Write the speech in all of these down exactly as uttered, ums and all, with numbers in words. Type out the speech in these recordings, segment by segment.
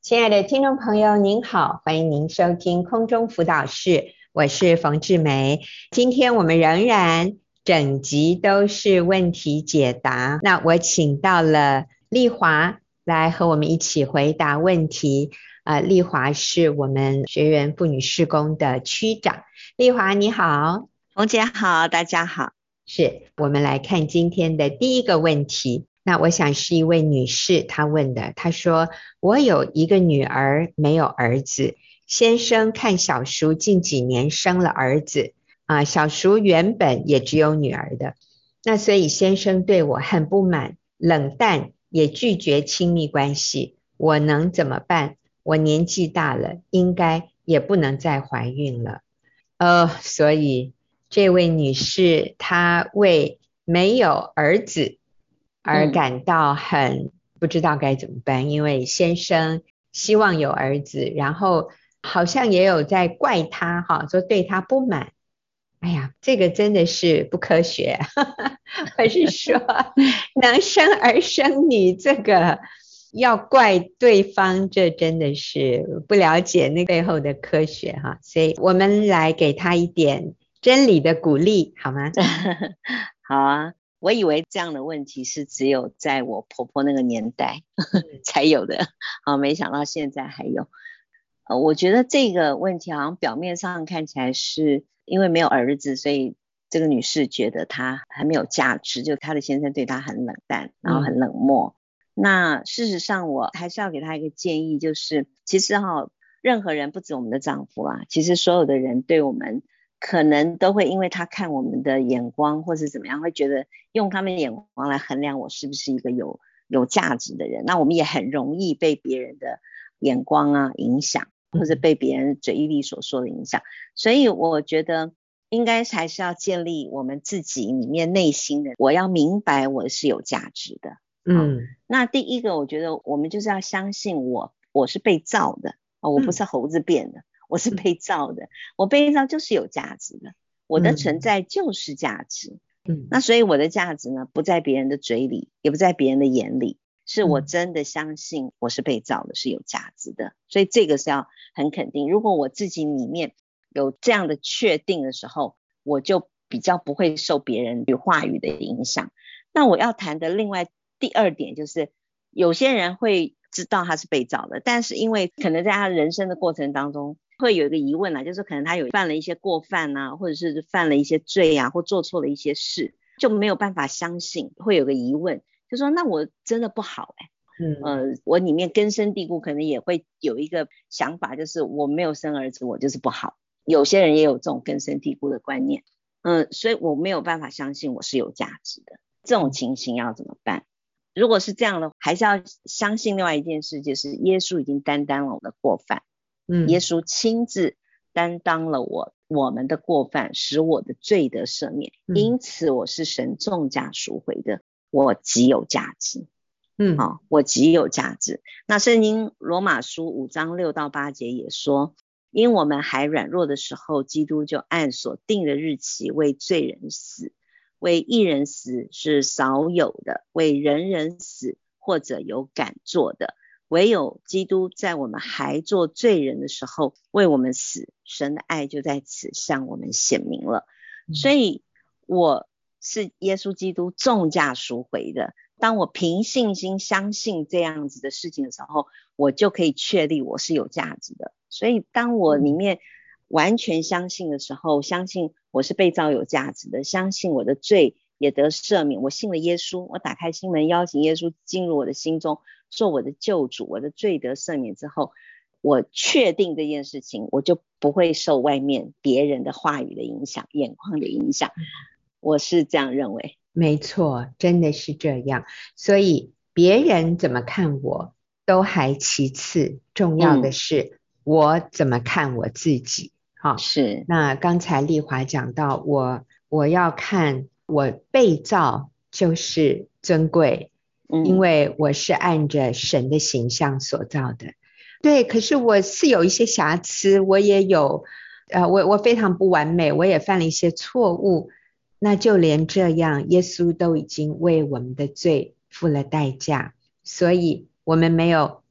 亲爱的听众朋友您好，欢迎您收听空中辅导室，我是冯志梅。今天我们仍然整集都是问题解答，那我请到了丽华来和我们一起回答问题。呃，丽华是我们学园妇女事工的区长。丽华你好。 冯姐好，大家好。 是，我们来看今天的第一个问题。那我想是一位女士她问的，她说我有一个女儿没有儿子，先生看小叔近几年生了儿子啊，小叔原本也只有女儿的，那所以先生对我很不满，冷淡，也拒绝亲密关系，我能怎么办？我年纪大了，应该也不能再怀孕了。呃，所以这位女士她为没有儿子而感到很不知道该怎么办，嗯、因为先生希望有儿子，然后好像也有在怪他哈，说对他不满。哎呀，这个真的是不科学，或是说能生儿生女，这个要怪对方，这真的是不了解那背后的科学哈。所以我们来给他一点真理的鼓励好吗？ 好啊，我以为这样的问题是只有在我婆婆那个年代才有的，好，没想到现在还有。呃，我觉得这个问题好像表面上看起来是因为没有儿子，所以这个女士觉得她很没有价值，就她的先生对她很冷淡，然后很冷漠。嗯、那事实上我还是要给她一个建议，就是其实哈，任何人不止我们的丈夫啊，其实所有的人对我们可能都会因为他看我们的眼光或是怎么样，会觉得用他们的眼光来衡量我是不是一个有有价值的人。那我们也很容易被别人的眼光啊影响，或者被别人嘴里所说的影响。所以我觉得应该还是要建立我们自己里面内心的，我要明白我是有价值的。嗯，那第一个我觉得我们就是要相信我我是被造的，我不是猴子变的。嗯，我是被造的，我被造就是有价值的，我的存在就是价值。嗯，那所以我的价值呢，不在别人的嘴里，也不在别人的眼里，是我真的相信我是被造的，是有价值的。所以这个是要很肯定。如果我自己里面有这样的确定的时候，我就比较不会受别人与话语的影响。那我要谈的另外第二点就是，有些人会知道他是被造的，但是因为可能在他人生的过程当中会有一个疑问啊，就是可能他有犯了一些过犯啊，或者是犯了一些罪啊，或做错了一些事，就没有办法相信，会有个疑问，就说那我真的不好哎、欸，嗯，呃，我里面根深蒂固可能也会有一个想法，就是我没有生儿子，我就是不好。有些人也有这种根深蒂固的观念，嗯，所以我没有办法相信我是有价值的。这种情形要怎么办？如果是这样的，还是要相信另外一件事，就是耶稣已经担当了我的过犯。嗯，耶稣亲自担当了我我们的过犯，使我的罪得赦免，因此我是神重价赎回的，我极有价值。嗯，好、哦，我极有价值。那圣经罗马书五章六到八节也说，因我们还软弱的时候，基督就按所定的日期为罪人死。为一人死是少有的，为人人死或者有敢做的，唯有基督在我们还做罪人的时候为我们死，神的爱就在此向我们显明了。所以我是耶稣基督重价赎回的，当我凭信心相信这样子的事情的时候，我就可以确立我是有价值的。所以当我里面完全相信的时候，相信我是被造有价值的，相信我的罪也得赦免，我信了耶稣，我打开心门邀请耶稣进入我的心中做我的救主，我的罪得赦免之后，我确定这件事情，我就不会受外面别人的话语的影响，眼光的影响。我是这样认为。 没错，真的是这样。所以别人怎么看我都还其次，重要的是我怎么看我自己。好、嗯， 是。 那刚才丽华讲到，我我要看我被造就是尊贵，嗯，因为我是按着神的形象所造的。对，可是我是有一些瑕疵，我也有，呃，我我非常不完美，我也犯了一些错误。那就连这样，耶稣都已经为我们的罪付了代价，所以我们没有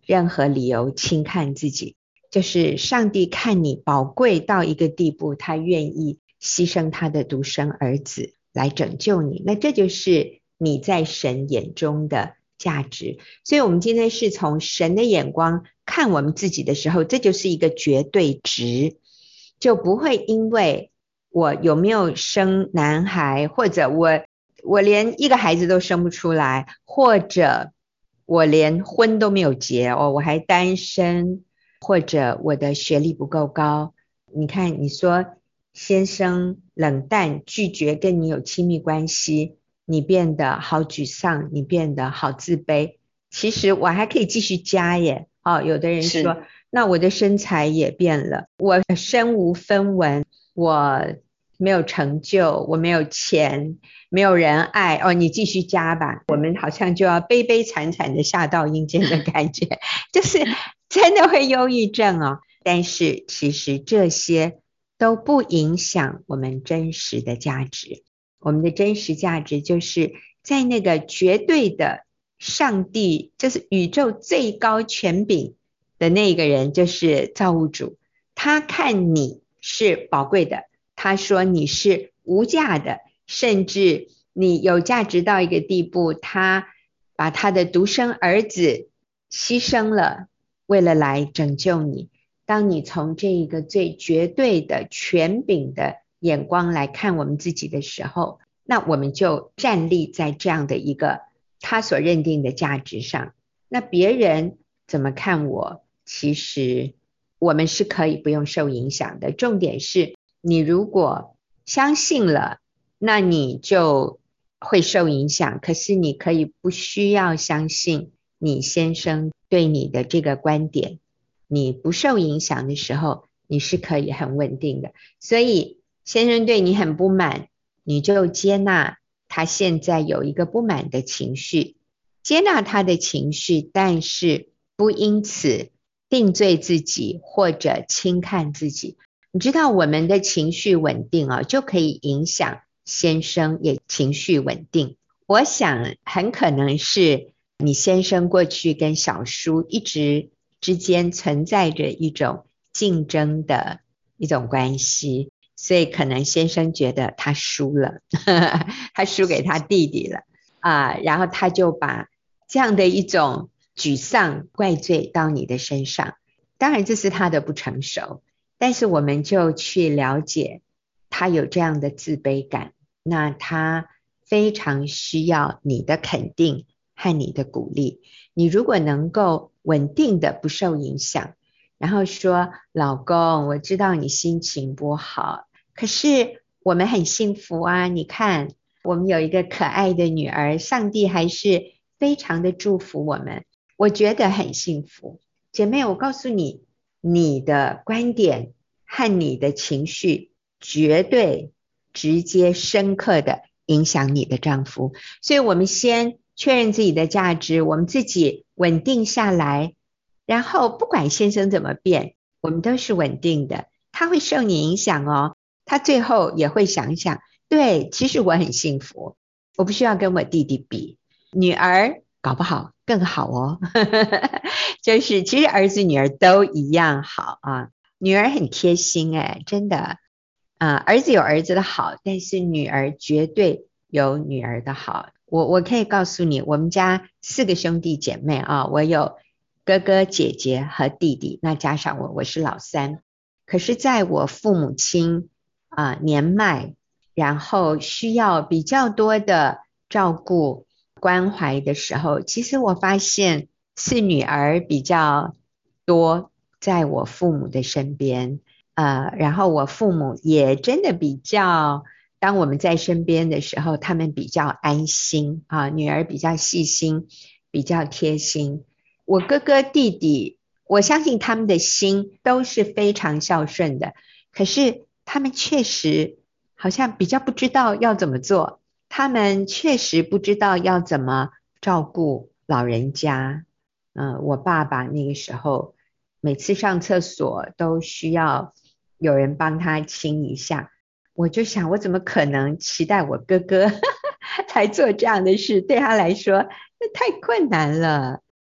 任何理由轻看自己，就是上帝看你宝贵到一个地步，他愿意牺牲他的独生儿子来拯救你，那这就是你在神眼中的价值。所以我们今天是从神的眼光看我们自己的时候，这就是一个绝对值，就不会因为我有没有生男孩，或者我我连一个孩子都生不出来，或者我连婚都没有结哦，我还单身，或者我的学历不够高。你看你说先生冷淡拒绝跟你有亲密关系，你变得好沮丧，你变得好自卑，其实我还可以继续加耶。哦，有的人说那我的身材也变了，我身无分文，我没有成就，我没有钱，没有人爱，哦，你继续加吧。我们好像就要悲悲惨惨的下到阴间的感觉，就是真的会忧郁症哦。但是其实这些都不影响我们真实的价值。我们的真实价值就是在那个绝对的上帝，就是宇宙最高权柄的那个人，就是造物主，他看你是宝贵的，他说你是无价的，甚至你有价值到一个地步，他把他的独生儿子牺牲了，为了来拯救你。当你从这一个最绝对的权柄的眼光来看我们自己的时候，那我们就站立在这样的一个他所认定的价值上。那别人怎么看我，其实我们是可以不用受影响的。重点是你如果相信了，那你就会受影响，可是你可以不需要相信你先生对你的这个观点，你不受影响的时候，你是可以很稳定的。所以先生对你很不满，你就接纳他现在有一个不满的情绪，接纳他的情绪，但是不因此定罪自己或者轻看自己。你知道我们的情绪稳定啊，就可以影响先生也情绪稳定。我想很可能是你先生过去跟小叔一直之间存在着一种竞争的一种关系，所以可能先生觉得他输了，呵呵，他输给他弟弟了啊，然后他就把这样的一种沮丧怪罪到你的身上。当然这是他的不成熟，但是我们就去了解他有这样的自卑感，那他非常需要你的肯定和你的鼓励。你如果能够稳定的不受影响，然后说老公，我知道你心情不好，可是我们很幸福啊，你看我们有一个可爱的女儿，上帝还是非常的祝福我们，我觉得很幸福。姐妹，我告诉你，你的观点和你的情绪绝对直接深刻的影响你的丈夫。所以我们先确认自己的价值，我们自己稳定下来，然后不管先生怎么变，我们都是稳定的。他会受你影响哦，他最后也会想想，对，其实我很幸福，我不需要跟我弟弟比，女儿搞不好更好哦就是其实儿子女儿都一样好啊，女儿很贴心哎，真的啊，儿子有儿子的好，但是女儿绝对有女儿的好。我我可以告诉你，我们家四个兄弟姐妹啊，我有哥哥姐姐和弟弟，那加上我，我是老三。可是在我父母亲啊年迈，然后需要比较多的照顾关怀的时候，其实我发现是女儿比较多在我父母的身边，呃，然后我父母也真的比较，当我们在身边的时候，他们比较安心啊，女儿比较细心，比较贴心。我哥哥弟弟，我相信他们的心都是非常孝顺的，可是他们确实好像比较不知道要怎么做，他们确实不知道要怎么照顾老人家。嗯、呃，我爸爸那个时候每次上厕所都需要有人帮他清一下，我就想我怎么可能期待我哥哥来做这样的事，对他来说那太困难了。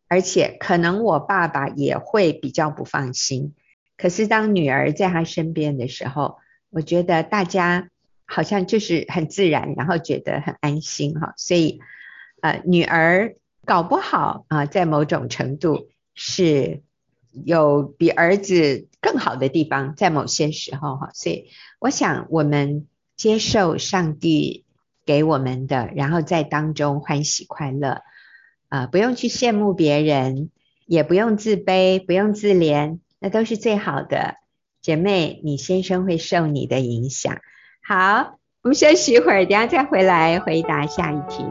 而且可能我爸爸也会比较不放心。可是当女儿在他身边的时候，我觉得大家好像就是很自然，然后觉得很安心哈。所以呃，女儿搞不好啊、呃，在某种程度是有比儿子更好的地方，在某些时候哈。所以我想我们接受上帝给我们的，然后在当中欢喜快乐啊、呃，不用去羡慕别人，也不用自卑，不用自怜，那都是最好的。姐妹，你先生会受你的影响。好，我们休息一会儿，等一下再回来回答下一题。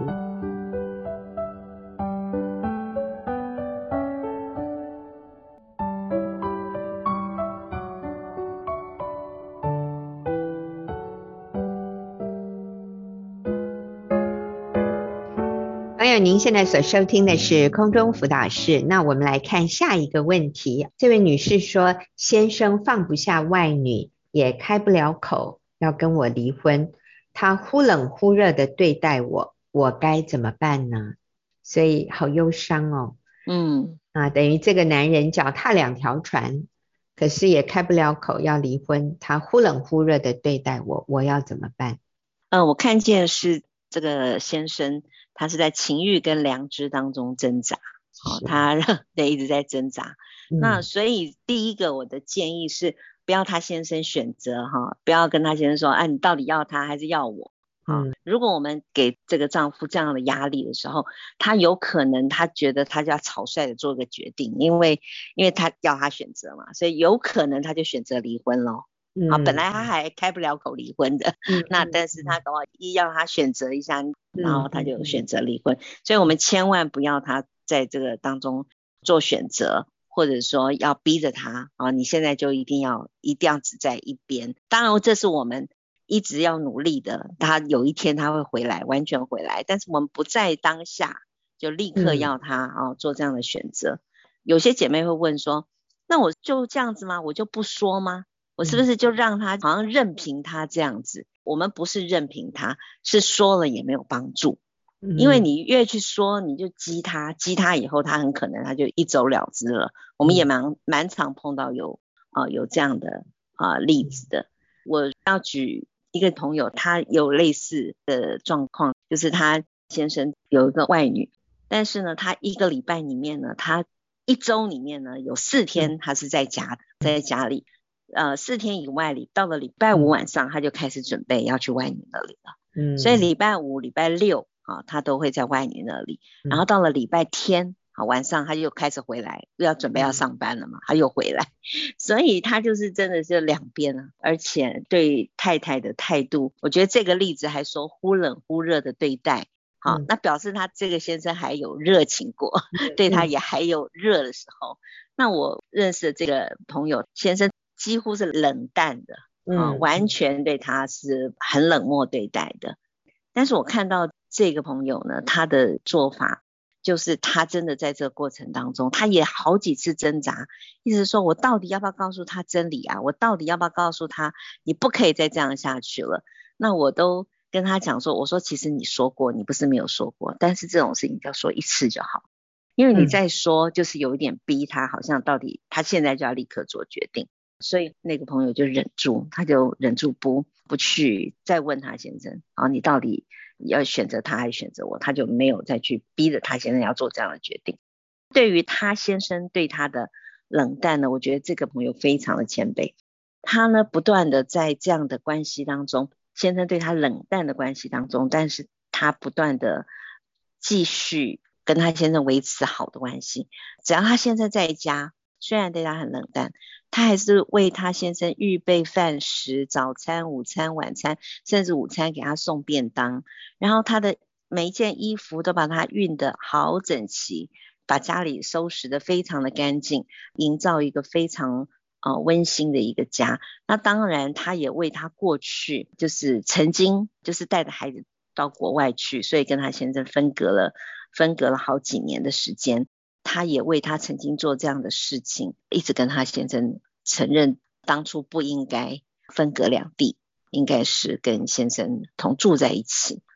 朋友，您现在所收听的是空中辅导室。那我们来看下一个问题。这位女士说，先生放不下外女，也开不了口，要跟我离婚。他忽冷忽热的对待我，我该怎么办呢？所以好忧伤哦。 嗯啊，等于这个男人脚踏两条船，可是也开不了口要离婚。他忽冷忽热的对待我，我要怎么办？ 呃，我看见是这个先生，他是在情欲跟良知当中挣扎，好、哦，他对一直在挣扎。 嗯、 那所以第一个我的建议是，不要他先生选择哈，不要跟他先生说，啊，你到底要他还是要我？啊、 嗯， 如果我们给这个丈夫这样的压力的时候，他有可能他觉得他就要草率的做个决定，因为因为他要他选择嘛，所以有可能他就选择离婚咯。 嗯， 啊，本来他还开不了口离婚的， 嗯、 那但是他搞不好一要他选择一下，然后他就选择离婚， 嗯、 所以我们千万不要他在这个当中做选择，或者说要逼着他啊，你现在就一定要一定要只在一边。当然这是我们一直要努力的，他有一天他会回来，完全回来，但是我们不在当下就立刻要他啊做这样的选择。有些姐妹会问说，那我就这样子吗？我就不说吗？我是不是就让他好像任凭他这样子？我们不是任凭他，是说了也没有帮助。因为你越去说，你就激他，激他以后，他很可能他就一走了之了。我们也蛮蛮常碰到有啊、呃、有这样的啊、呃、例子的。我要举一个朋友，他有类似的状况，就是他先生有一个外女，但是呢，他一个礼拜里面呢，他一周里面呢有四天他是在家的，在家里。呃，四天以外里，到了礼拜五晚上，他就开始准备要去外女那里了。嗯，所以礼拜五、礼拜六啊，他都会在外女那里。然后到了礼拜天啊晚上，他就开始回来，又要准备要上班了嘛，他又回来。所以他就是真的是两边啊，而且对太太的态度，我觉得这个例子还说忽冷忽热的对待。好，那表示他这个先生还有热情过，对他也还有热的时候。那我认识的这个朋友先生几乎是冷淡的，啊、嗯，完全对他是很冷漠对待的。但是我看到这个朋友呢，他的做法就是他真的在这个过程当中，他也好几次挣扎，一直说我到底要不要告诉他真理啊？我到底要不要告诉他你不可以再这样下去了？那我都跟他讲说，我说其实你说过，你不是没有说过，但是这种事情就要说一次就好。因为你再说就是有一点逼他，好像到底他现在就要立刻做决定，所以那个朋友就忍住，他就忍住不不去再问他先生啊，你到底要选择他还是选择我？他就没有再去逼着他先生要做这样的决定。对于他先生对他的冷淡呢，我觉得这个朋友非常的谦卑，他呢不断的在这样的关系当中，先生对他冷淡的关系当中，但是他不断的继续跟他先生维持好的关系，只要他先生在家，虽然对他很冷淡，他还是为他先生预备饭食，早餐、午餐、晚餐，甚至午餐给他送便当，然后他的每一件衣服都把他熨得好整齐，把家里收拾得非常的干净，营造一个非常呃温馨的一个家。那当然他也为他过去就是曾经就是带着孩子到国外去，所以跟他先生分隔了分隔了好几年的时间，他也为他曾经做这样的事情一直跟他先生承认当初不应该分隔两地，应该是跟先生同住在一起。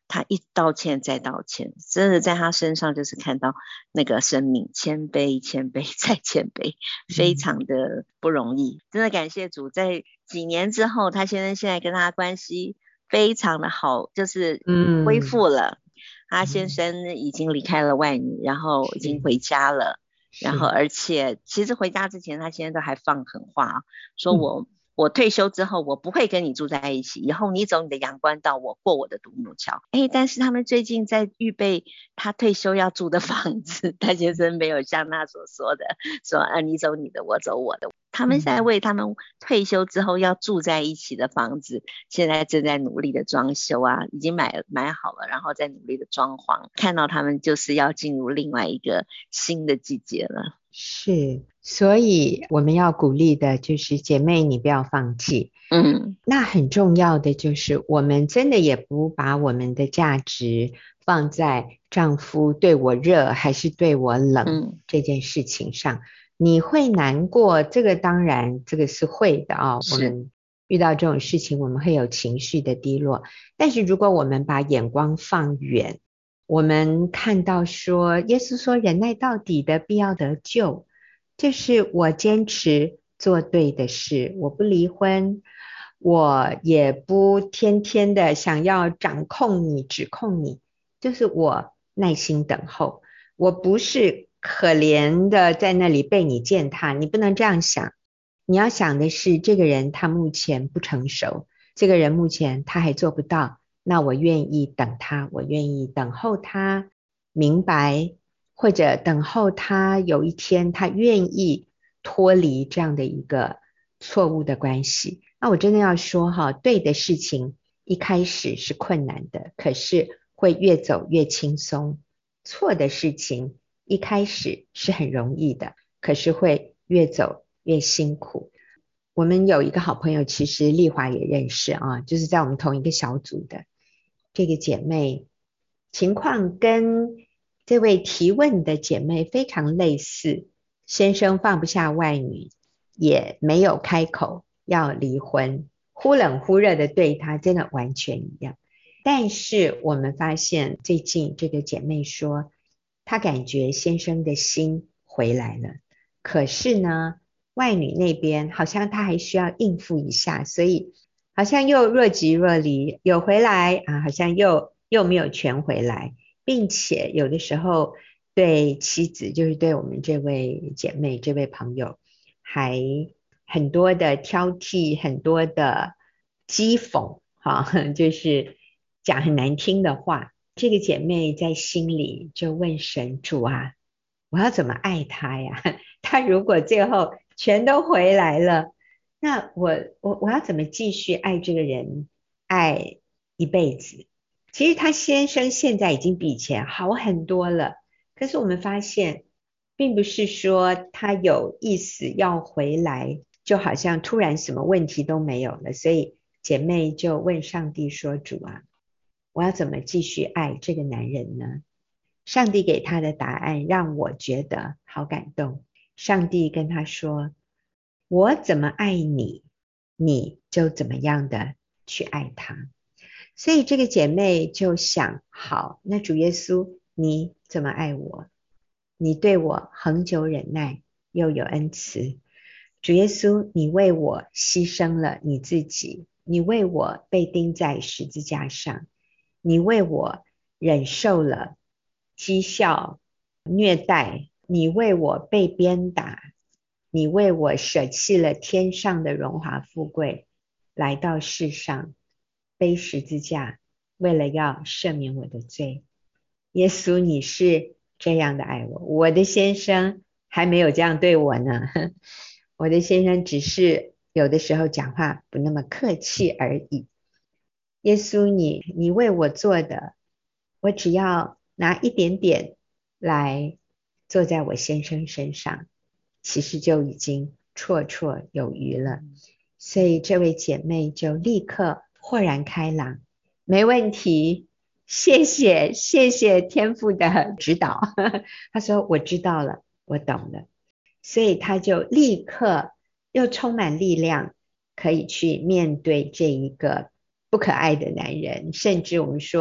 他一道歉再道歉，真的在他身上就是看到那个生命谦卑谦卑再谦卑，非常的不容易。真的感谢主，在几年之后他先生现在跟他关系非常的好，就是恢复了、嗯、他先生已经离开了外女，然后已经回家了，然后而且其实回家之前他先生都还放狠话，说我、嗯我退休之后我不会跟你住在一起，以后你走你的阳关道，我过我的独木桥。诶，但是他们最近在预备他退休要住的房子，他先生没有像他所说的说啊，你走你的我走我的，他们现在为他们退休之后要住在一起的房子现在正在努力的装修啊，已经买买好了，然后在努力的装潢，看到他们就是要进入另外一个新的季节了。 是，所以我们要鼓励的就是姐妹你不要放弃。嗯，那很重要的就是我们真的也不把我们的价值放在丈夫对我热还是对我冷、嗯、这件事情上。你会难过，这个当然这个是会的啊、哦。我们遇到这种事情我们会有情绪的低落，但是如果我们把眼光放远，我们看到说耶稣说忍耐到底的必要得救，就是我坚持做对的事，我不离婚，我也不天天的想要掌控你指控你，就是我耐心等候，我不是可怜的在那里被你践踏，你不能这样想，你要想的是这个人他目前不成熟，这个人目前他还做不到，那我愿意等他，我愿意等候他明白，或者等候他有一天他愿意脱离这样的一个错误的关系。那我真的要说哈，对的事情一开始是困难的，可是会越走越轻松，错的事情一开始是很容易的，可是会越走越辛苦。我们有一个好朋友，其实丽华也认识啊，就是在我们同一个小组的这个姐妹，情况跟这位提问的姐妹非常类似，先生放不下外女，也没有开口要离婚，忽冷忽热的对她，真的完全一样。但是我们发现最近这个姐妹说，她感觉先生的心回来了，可是呢外女那边好像她还需要应付一下，所以好像又若即若离，有回来啊，好像又又没有全回来，并且有的时候对妻子，就是对我们这位姐妹这位朋友还很多的挑剔，很多的讥讽哈，就是讲很难听的话。这个姐妹在心里就问神，主啊，我要怎么爱他呀？他如果最后全都回来了，那我我我要怎么继续爱这个人，爱一辈子？其实他先生现在已经比以前好很多了，可是我们发现并不是说他有意思要回来，就好像突然什么问题都没有了，所以姐妹就问上帝说，主啊，我要怎么继续爱这个男人呢？上帝给他的答案让我觉得好感动。上帝跟他说，我怎么爱你，你就怎么样的去爱他。所以这个姐妹就想，好，那主耶稣你怎么爱我？你对我恒久忍耐，又有恩慈。主耶稣，你为我牺牲了你自己，你为我被钉在十字架上，你为我忍受了讥笑、虐待，你为我被鞭打，你为我舍弃了天上的荣华富贵，来到世上背十字架，为了要赦免我的罪。耶稣，你是这样的爱我，我的先生还没有这样对我呢，我的先生只是有的时候讲话不那么客气而已。耶稣，你你为我做的，我只要拿一点点来做在我先生身上，其实就已经绰绰有余了。所以这位姐妹就立刻豁然开朗，没问题，谢谢谢谢天父的指导。她说我知道了，我懂了。所以她就立刻又充满力量，可以去面对这一个不可爱的男人，甚至我们说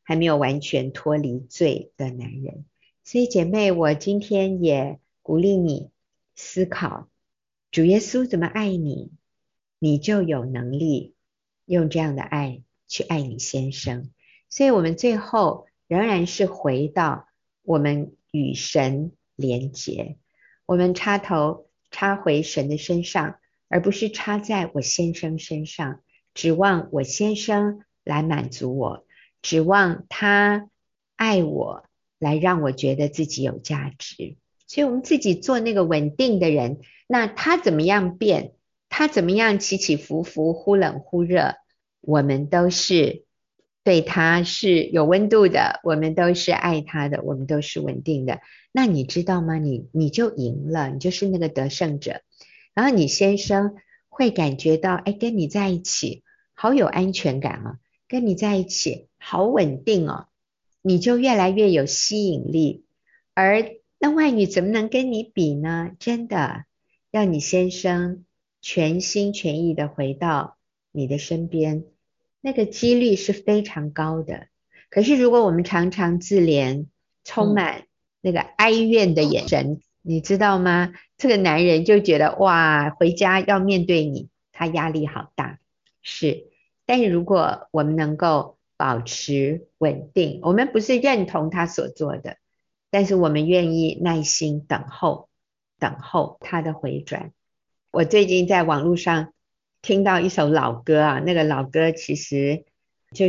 还没有完全脱离罪的男人。所以姐妹，我今天也鼓励你思考，主耶稣怎么爱你，你就有能力用这样的爱去爱你先生。所以我们最后仍然是回到我们与神连结，我们插头插回神的身上，而不是插在我先生身上，指望我先生来满足我，指望他爱我，来让我觉得自己有价值。所以我们自己做那个稳定的人，那他怎么样变，他怎么样起起伏伏，忽冷忽热，我们都是对他是有温度的，我们都是爱他的，我们都是稳定的。那你知道吗？你你就赢了，你就是那个得胜者。然后你先生会感觉到，哎，跟你在一起好有安全感啊，跟你在一起好稳定哦，你就越来越有吸引力。而那外女怎么能跟你比呢？真的，要你先生全心全意的回到你的身边，那个几率是非常高的。可是如果我们常常自怜，充满那个哀怨的眼神，你知道吗？这个男人就觉得哇，回家要面对你，他压力好大。是，但是如果我们能够保持稳定，我们不是认同他所做的，但是我们愿意耐心等候，等候他的回转。我最近在网络上听到一首老歌啊，那个老歌其实就是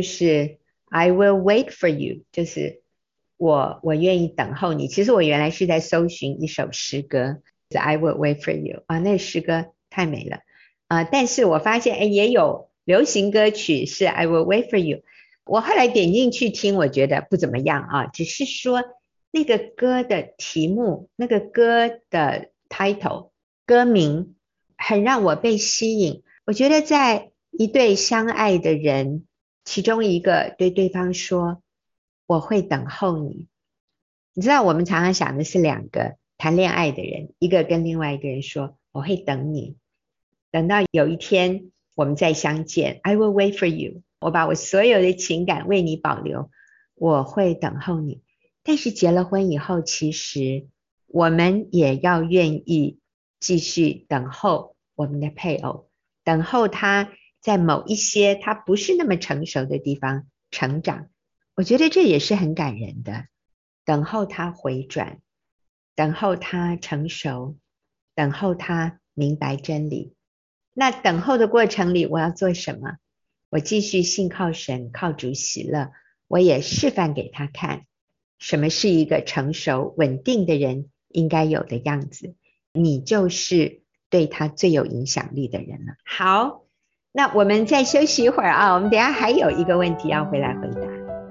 I will wait for you， 就是我我愿意等候你。其实我原来是在搜寻一首诗歌，是 I will wait for you 啊，那诗歌太美了啊、呃！但是我发现哎，也有流行歌曲是 I will wait for you， 我后来点进去听，我觉得不怎么样啊，只是说那个歌的题目，那个歌的 title 歌名很让我被吸引。我觉得在一对相爱的人，其中一个对对方说我会等候你。你知道我们常常想的是两个谈恋爱的人，一个跟另外一个人说我会等你，等到有一天我们再相见， I will wait for you， 我把我所有的情感为你保留，我会等候你。但是结了婚以后，其实我们也要愿意继续等候我们的配偶，等候他在某一些他不是那么成熟的地方成长。我觉得这也是很感人的，等候他回转，等候他成熟，等候他明白真理。那等候的过程里我要做什么？我继续信靠神，靠主喜乐，我也示范给他看什么是一个成熟稳定的人应该有的样子，你就是对他最有影响力的人了。好，那我们再休息一会儿啊，我们等一下还有一个问题要回来回答。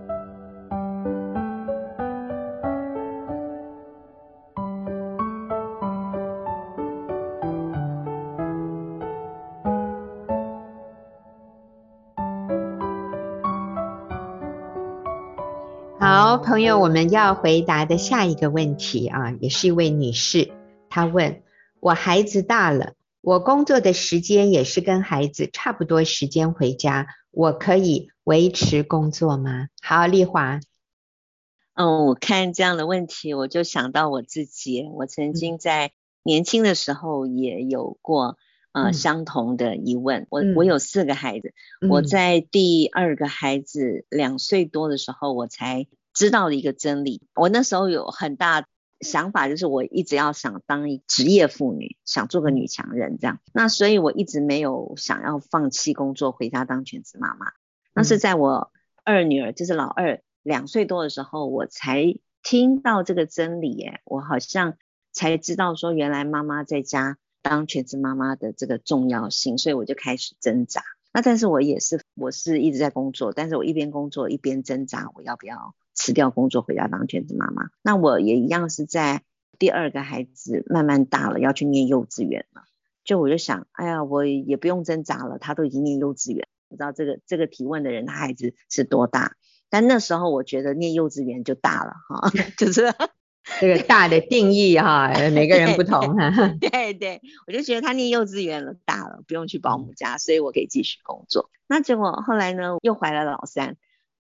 好，朋友，我们要回答的下一个问题啊，也是一位女士，她问我孩子大了，我工作的时间也是跟孩子差不多时间回家，我可以维持工作吗？好，丽华。 嗯，我看这样的问题，我就想到我自己，我曾经在年轻的时候也有过、嗯、呃相同的疑问。我、嗯、我有四个孩子、嗯，我在第二个孩子两岁多的时候，我才知道了一个真理。我那时候有很大想法，就是我一直要想当一职业妇女，想做个女强人这样。那所以我一直没有想要放弃工作，回家当全职妈妈。那是在我二女儿，就是老二两岁多的时候，我才听到这个真理耶，我好像才知道说原来妈妈在家当全职妈妈的这个重要性，所以我就开始挣扎。那但是我也是我是一直在工作，但是我一边工作一边挣扎，我要不要辞掉工作回家当全职妈妈。那我也一样是在第二个孩子慢慢大了，要去念幼稚园了，就我就想哎呀，我也不用挣扎了，他都已经念幼稚园，不知道这个这个提问的人他孩子是多大，但那时候我觉得念幼稚园就大了哈，就是这个大的定义哈，每个人不同哈。 对 对, 对，我就觉得他念幼稚园了，大了，不用去保姆家，所以我可以继续工作。那结果后来呢，又怀了老三，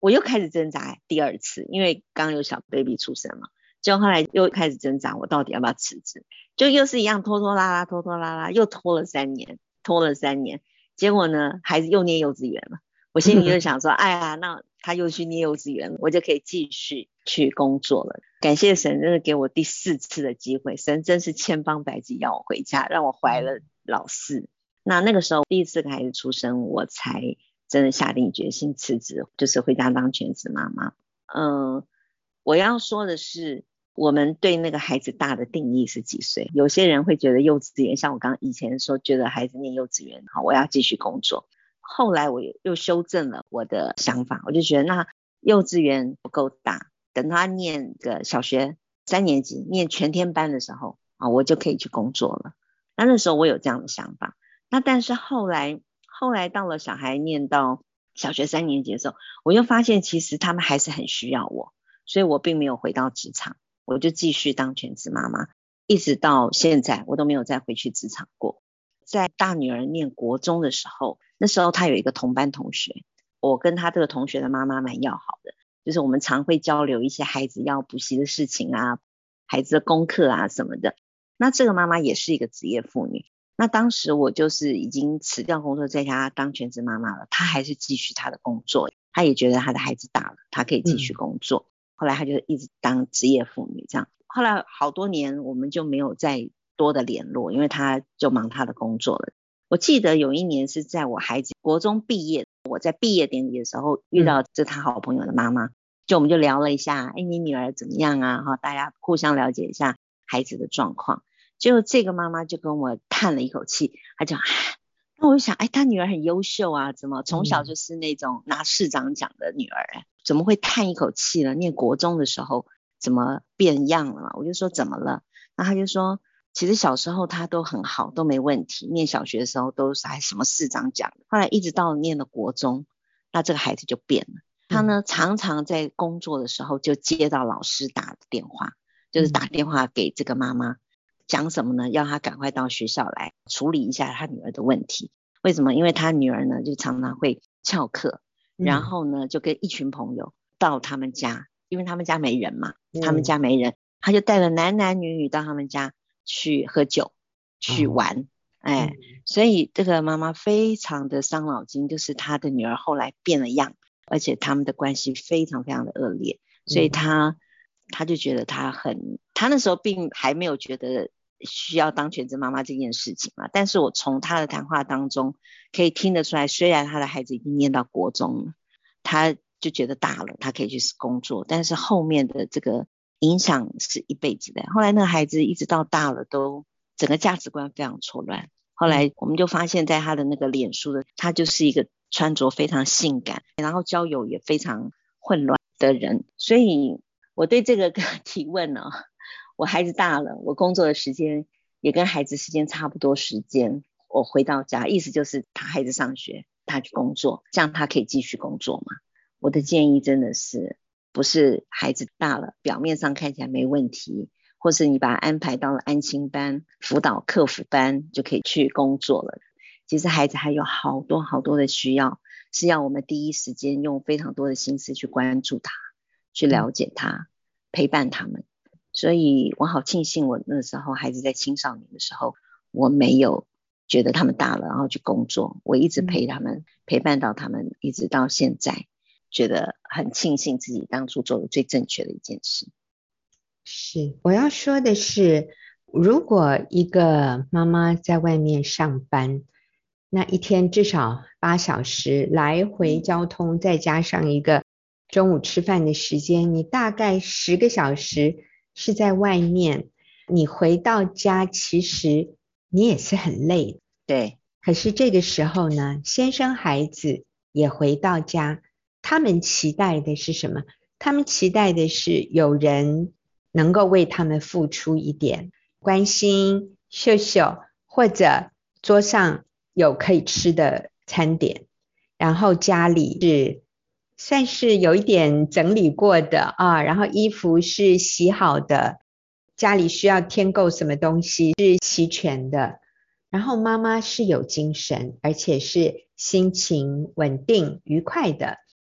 我又开始挣扎第二次，因为刚有小 baby 出生嘛，就后来又开始挣扎，我到底要不要辞职？就又是一样拖拖拉拉，拖拖拉拉，又拖了三年，拖了三年，结果呢，孩子又念幼稚园了。我心里就想说，哎呀，那他又去念幼稚园，我就可以继续去工作了。感谢神，真的给我第四次的机会，神真是千方百计要我回家，让我怀了老四。那那个时候第一次孩子出生，我才真的下定决心辞职，就是回家当全职妈妈。嗯，我要说的是，我们对那个孩子大的定义是几岁？有些人会觉得幼稚园，像我刚刚以前说，觉得孩子念幼稚园，好，我要继续工作。后来我又修正了我的想法，我就觉得那幼稚园不够大，等他念个小学三年级，念全天班的时候啊，我就可以去工作了。那那时候我有这样的想法。那但是后来后来到了小孩念到小学三年级的时候，我又发现其实他们还是很需要我，所以我并没有回到职场，我就继续当全职妈妈，一直到现在我都没有再回去职场过。在大女儿念国中的时候，那时候她有一个同班同学，我跟她这个同学的妈妈蛮要好的，就是我们常会交流一些孩子要补习的事情啊，孩子的功课啊什么的。那这个妈妈也是一个职业妇女，那当时我就是已经辞掉工作在家当全职妈妈了，她还是继续她的工作，她也觉得她的孩子大了，她可以继续工作、嗯、后来她就一直当职业妇女这样。后来好多年我们就没有再多的联络，因为她就忙她的工作了。我记得有一年是在我孩子国中毕业，我在毕业典礼的时候遇到这他好朋友的妈妈、嗯、就我们就聊了一下，哎，你女儿怎么样啊，大家互相了解一下孩子的状况。结果这个妈妈就跟我叹了一口气，她就那我就想，哎，她女儿很优秀啊，怎么从小就是那种拿市长奖的女儿、嗯、怎么会叹一口气呢？念国中的时候怎么变样了嘛？我就说怎么了？那她就说其实小时候他都很好，都没问题，念小学的时候都是还什么市长奖，后来一直到念了国中，那这个孩子就变了。他呢常常在工作的时候就接到老师打的电话，就是打电话给这个妈妈，讲什么呢？要他赶快到学校来处理一下他女儿的问题。为什么？因为他女儿呢就常常会翘课，然后呢就跟一群朋友到他们家，因为他们家没人嘛，他们家没人，他就带了男男女女到他们家去喝酒去玩、哦、哎、嗯，所以这个妈妈非常的伤脑筋，就是她的女儿后来变了样，而且他们的关系非常非常的恶劣，所以她她就觉得她很，她那时候并还没有觉得需要当全职妈妈这件事情嘛，但是我从她的谈话当中可以听得出来，虽然她的孩子已经念到国中了，她就觉得大了，她可以去工作，但是后面的这个影响是一辈子的。后来那个孩子一直到大了都整个价值观非常错乱，后来我们就发现在他的那个脸书的，他就是一个穿着非常性感，然后交友也非常混乱的人。所以我对这个提问呢、哦，我孩子大了，我工作的时间也跟孩子时间差不多时间，我回到家，意思就是他孩子上学他去工作，这样他可以继续工作嘛。我的建议真的是不是孩子大了表面上看起来没问题，或是你把他安排到了安亲班、辅导客服班就可以去工作了，其实孩子还有好多好多的需要，是要我们第一时间用非常多的心思去关注他，去了解他、陪伴他们。所以我好庆幸我那时候孩子在青少年的时候，我没有觉得他们大了然后去工作，我一直陪他们、嗯、陪伴到他们一直到现在，觉得很庆幸自己当初做的最正确的一件事。 是，我要说的是，如果一个妈妈在外面上班，那一天至少八小时来回交通，再加上一个中午吃饭的时间，你大概十个小时是在外面，你回到家其实你也是很累。 对。 可是这个时候呢，先生孩子也回到家，他们期待的是什么？他们期待的是有人能够为他们付出一点关心、秀秀，或者桌上有可以吃的餐点，然后家里是算是有一点整理过的啊，然后衣服是洗好的，家里需要添购什么东西是齐全的，然后妈妈是有精神，而且是心情稳定愉快的。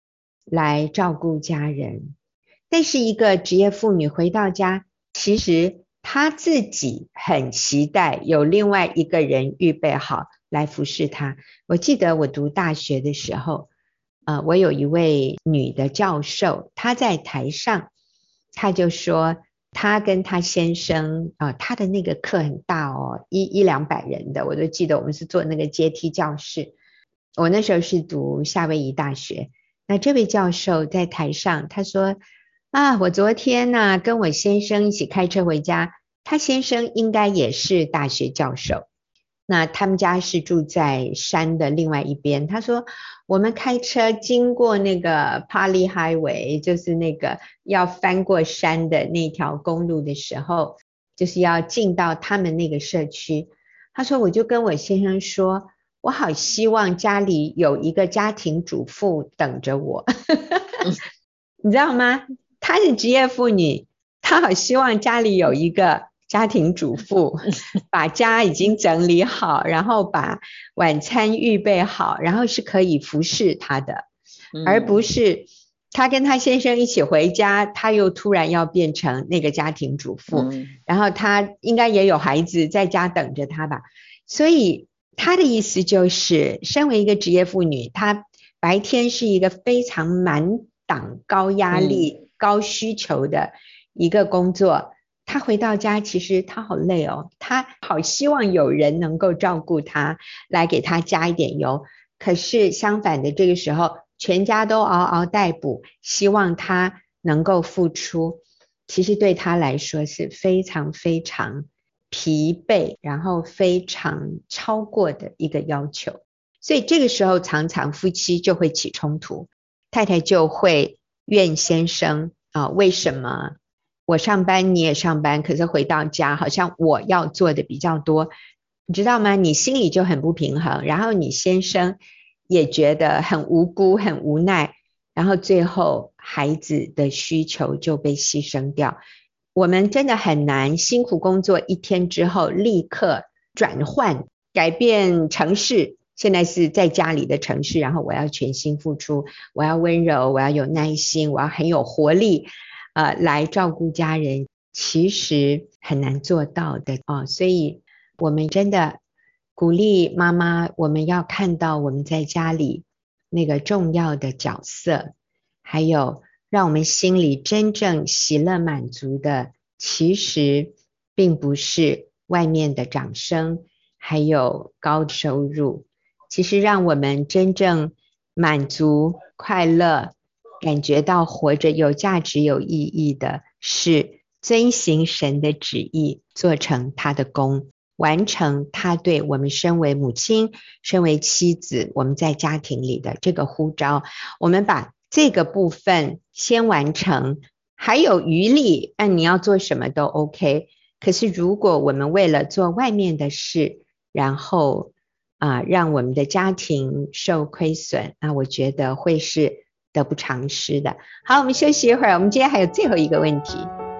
来照顾家人。但是一个职业妇女回到家，其实她自己很期待有另外一个人预备好来服侍她。我记得我读大学的时候，呃，我有一位女的教授，她在台上，她就说她跟她先生啊、呃，她的那个课很大哦，一一两百人的，我都记得我们是坐那个阶梯教室。我那时候是读夏威夷大学，那这位教授在台上，他说啊，我昨天呢、啊、跟我先生一起开车回家，他先生应该也是大学教授。那他们家是住在山的另外一边，他说我们开车经过那个 Pali Highway， 就是那个要翻过山的那条公路的时候，就是要进到他们那个社区。他说我就跟我先生说，我好希望家里有一个家庭主妇等着我你知道吗？她是职业妇女，她好希望家里有一个家庭主妇把家已经整理好，然后把晚餐预备好，然后是可以服侍她的，而不是她跟她先生一起回家，她又突然要变成那个家庭主妇，然后她应该也有孩子在家等着她吧。所以她的意思就是身为一个职业妇女，她白天是一个非常满档高压力、高需求的一个工作，他回到家其实他好累哦，他好希望有人能够照顾他，来给他加一点油。可是相反的，这个时候全家都嗷嗷待哺，希望他能够付出，其实对他来说是非常非常疲惫，然后非常超过的一个要求。所以这个时候常常夫妻就会起冲突，太太就会怨先生啊，为什么我上班你也上班，可是回到家好像我要做的比较多，你知道吗？你心里就很不平衡，然后你先生也觉得很无辜很无奈，然后最后孩子的需求就被牺牲掉。我们真的很难辛苦工作一天之后立刻转换改变程式，现在是在家里的程式，然后我要全心付出，我要温柔，我要有耐心，我要很有活力呃，来照顾家人，其实很难做到的哦。所以我们真的鼓励妈妈，我们要看到我们在家里那个重要的角色，还有让我们心里真正喜乐满足的，其实并不是外面的掌声还有高收入，其实让我们真正满足快乐感觉到活着有价值有意义的，是遵行神的旨意，做成他的工，完成他对我们身为母亲身为妻子我们在家庭里的这个呼召。我们把这个部分先完成，还有余力按你要做什么都 OK。 可是如果我们为了做外面的事，然后啊、呃，让我们的家庭受亏损，那我觉得会是得不偿失的。好，我们休息一会儿，我们今天还有最后一个问题。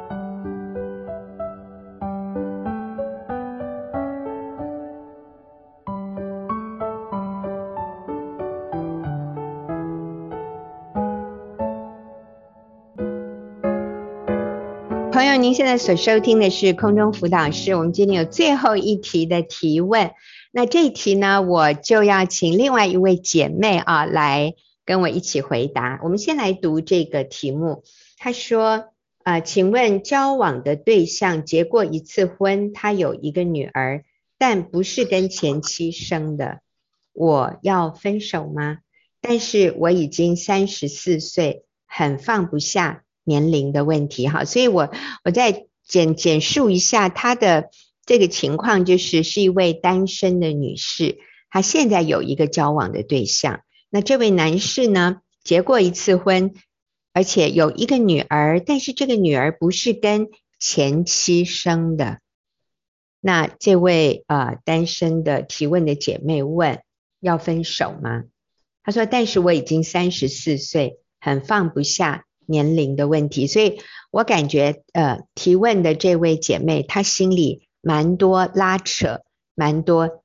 朋友，您现在所收听的是空中辅导室，我们今天有最后一题的提问。那这一题呢，我就要请另外一位姐妹啊来跟我一起回答。我们先来读这个题目，他说呃，请问交往的对象结过一次婚，他有一个女儿，但不是跟前妻生的，我要分手吗？但是我已经三十四岁，很放不下年龄的问题。好，所以我我再简简述一下她的这个情况，就是是一位单身的女士，她现在有一个交往的对象，那这位男士呢结过一次婚，而且有一个女儿，但是这个女儿不是跟前妻生的。那这位呃单身的提问的姐妹问，要分手吗？她说但是我已经三十四岁，很放不下年龄的问题。所以我感觉呃提问的这位姐妹她心里蛮多拉扯，蛮多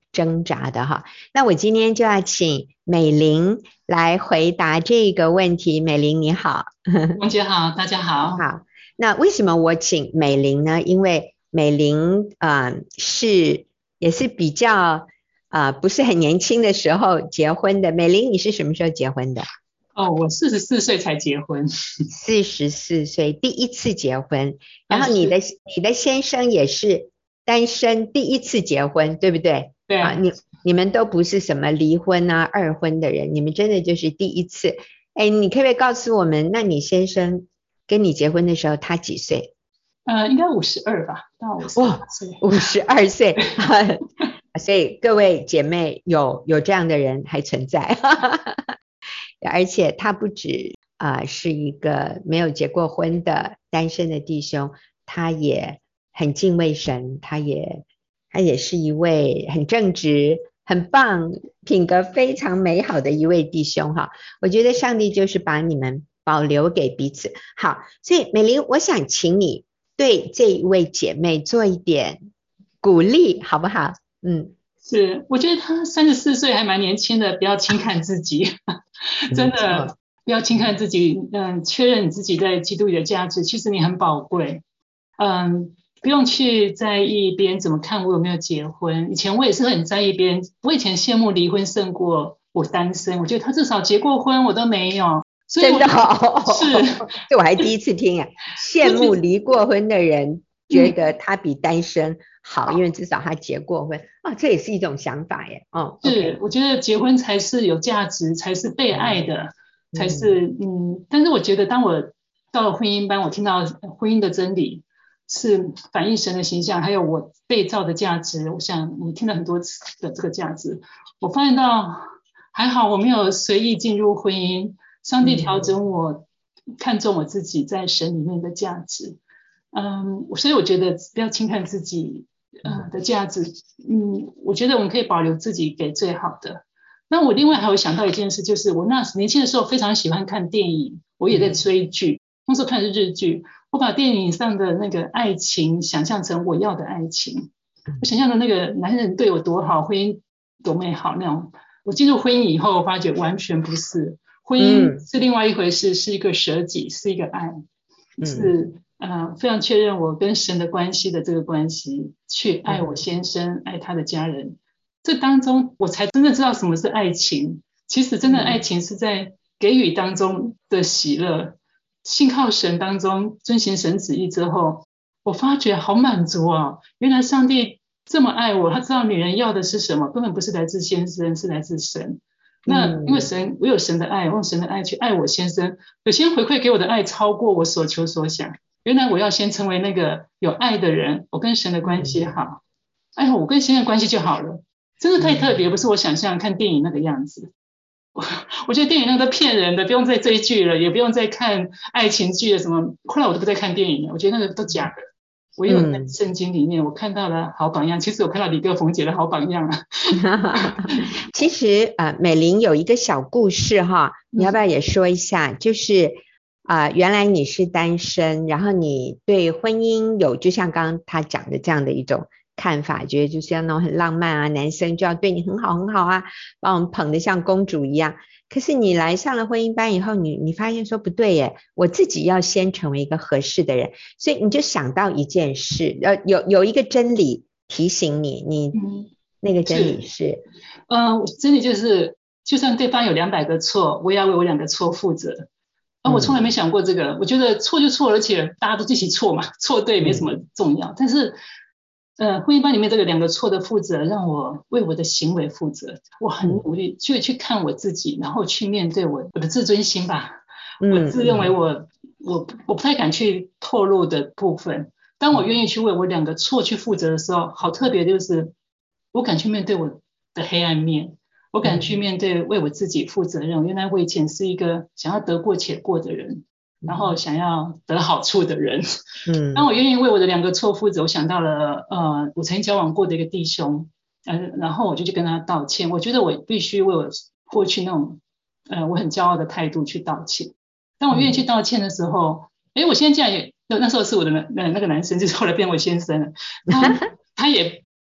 挣扎的哈。那我今天就要请美玲来回答这个问题。美玲你好。 王姐好，大家好。 好，那为什么我请美玲呢？因为美玲呃是也是比较呃不是很年轻的时候结婚的。美玲你是什么时候结婚的？ 哦，我四十四岁才结婚。 四十四岁第一次结婚，然后你的、啊、你的先生也是单身第一次结婚，对不对？ 对啊，你你们都不是什么离婚啊二婚的人，你们真的就是第一次。哎，你可不可以告诉我们，那你先生跟你结婚的时候他几岁？ 呃，应该五十二吧，到五十二岁。 五十二岁，所以各位姐妹有有这样的人还存在。而且他不止啊、呃、是一个没有结过婚的单身的弟兄，他也很敬畏神，他也他也是一位很正直很棒品格非常美好的一位弟兄哈。我觉得上帝就是把你们保留给彼此。好，所以美玲我想请你对这一位姐妹做一点鼓励好不好？嗯， 是，我觉得她三十四岁还蛮年轻的，不要轻看自己。真的不要轻看自己，嗯，确认你自己在基督里的价值，其实你很宝贵，嗯，不用去在意别人怎么看我有没有结婚。以前我也是很在意别人，我以前羡慕离婚胜过我单身，我觉得他至少结过婚，我都没有，所以我真的好， 是， 这我还第一次听啊，羡慕离过婚的人觉得他比单身好，嗯、因为至少他结过婚啊，这也是一种想法耶。哦， 是， okay. 我觉得结婚才是有价值，才是被爱的，嗯、才是嗯。但是我觉得，当我到了婚姻班，我听到婚姻的真理是反映神的形象，还有我被造的价值。我想你听了很多次的这个价值，我发现到还好我没有随意进入婚姻，上帝调整我，嗯、看重我自己在神里面的价值。嗯，所以我觉得不要轻看自己。呃的价值，嗯，我觉得我们可以保留自己给最好的。那我另外还有想到一件事，就是我那时年轻的时候非常喜欢看电影，我也在追剧，那时候看的是日剧，我把电影上的那个爱情想象成我要的爱情，我想象的那个男人对我多好，婚姻多美好那种。我进入婚姻以后，发觉完全不是，婚姻是另外一回事，是一个舍己，是一个爱，是。呃，非常确认我跟神的关系的这个关系，去爱我先生，爱他的家人，这当中我才真的知道什么是爱情。其实真的爱情是在给予当中的喜乐，信靠神当中遵行神旨意之后，我发觉好满足哦，原来上帝这么爱我，他知道女人要的是什么，根本不是来自先生，是来自神。那因为神，我有神的爱，我用神的爱去爱我先生，有些回馈给我的爱超过我所求所想。原来我要先成为那个有爱的人，我跟神的关系好，哎呀，我跟先生的关系就好了，真的太特别，不是我想象看电影那个样子。我, 我觉得电影那个都骗人的，不用再追剧了，也不用再看爱情剧了什么。后来我都不再看电影了，我觉得那个都假的。我有在圣经里面，我看到了好榜样。其实我看到李哥冯姐的好榜样啊。 其实呃，美玲有一个小故事哈，你要不要也说一下？就是啊、呃，原来你是单身，然后你对婚姻有就像刚刚他讲的这样的一种看法，觉得就是要那种很浪漫啊，男生就要对你很好很好啊，把我们捧得像公主一样。可是你来上了婚姻班以后，你你发现说不对耶，我自己要先成为一个合适的人，所以你就想到一件事，呃，有有一个真理提醒你，你、嗯、那个真理是， 嗯、呃，真理就是，就算对方有两百个错，我也要为我两个错负责。啊，我从来没想过这个，我觉得错就错，而且大家都一起错嘛，错对没什么重要。嗯、但是，呃，婚姻班里面这个两个错的负责，让我为我的行为负责。我很努力去去看我自己，然后去面对我我的自尊心吧。嗯、我自认为我我我不太敢去透露的部分，当我愿意去为我两个错去负责的时候，好特别就是我敢去面对我的黑暗面。我敢去面对为我自己负责任，原来我以前是一个想要得过且过的人，然后想要得好处的人。嗯，当我愿意为我的两个错负责，我想到了呃我曾经交往过的一个弟兄，呃，然后我就去跟他道歉。我觉得我必须为我过去那种呃我很骄傲的态度去道歉。当我愿意去道歉的时候，哎，我现在竟然也那时候是我的那那个男生，就是后来变我先生了，他他也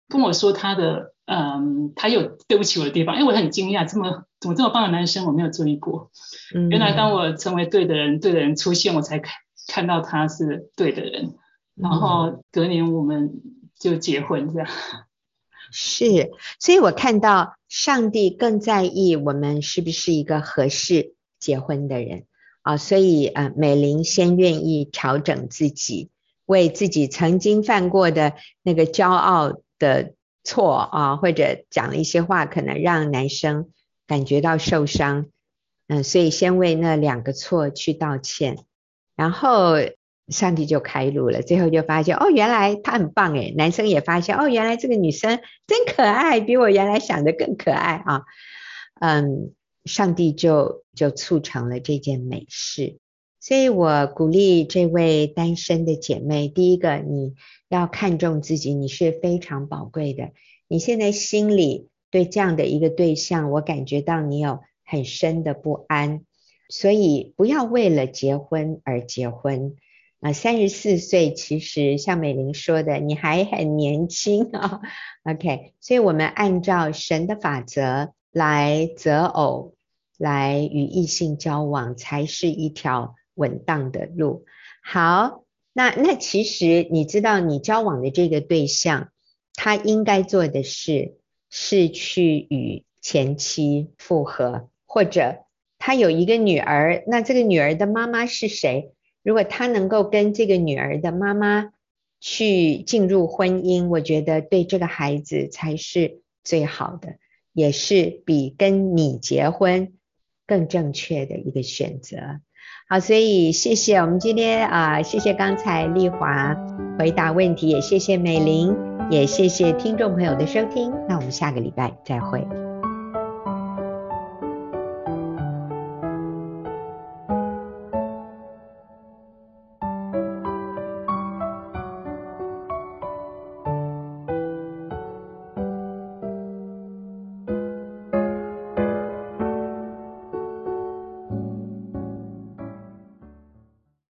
跟我说他的，嗯，他有对不起我的地方，因为我很惊讶，这么怎么这么棒的男生我没有注意过。嗯、原来当我成为对的人，对的人出现，我才看看到他是对的人。然后隔年我们就结婚这样。 是，所以我看到上帝更在意我们是不是一个合适结婚的人啊，所以呃，美玲先愿意调整自己，为自己曾经犯过的那个骄傲的错啊，或者讲了一些话可能让男生感觉到受伤，嗯，所以先为那两个错去道歉，然后上帝就开路了，最后就发现哦，原来他很棒诶，男生也发现哦，原来这个女生真可爱，比我原来想的更可爱啊。嗯，上帝就就促成了这件美事。所以我鼓励这位单身的姐妹，第一个你要看重自己，你是非常宝贵的，你现在心里对这样的一个对象，我感觉到你有很深的不安，所以不要为了结婚而结婚啊，三十四岁其实像美玲说的你还很年轻啊、哦、OK， 所以我们按照神的法则来择偶，来与异性交往才是一条稳当的路。好，那那其实你知道你交往的这个对象他应该做的事是去与前妻复合，或者他有一个女儿，那这个女儿的妈妈是谁？如果他能够跟这个女儿的妈妈去进入婚姻，我觉得对这个孩子才是最好的，也是比跟你结婚更正确的一个选择。好，所以谢谢我们今天啊、呃，谢谢刚才丽华回答问题，也谢谢美玲，也谢谢听众朋友的收听，那我们下个礼拜再会。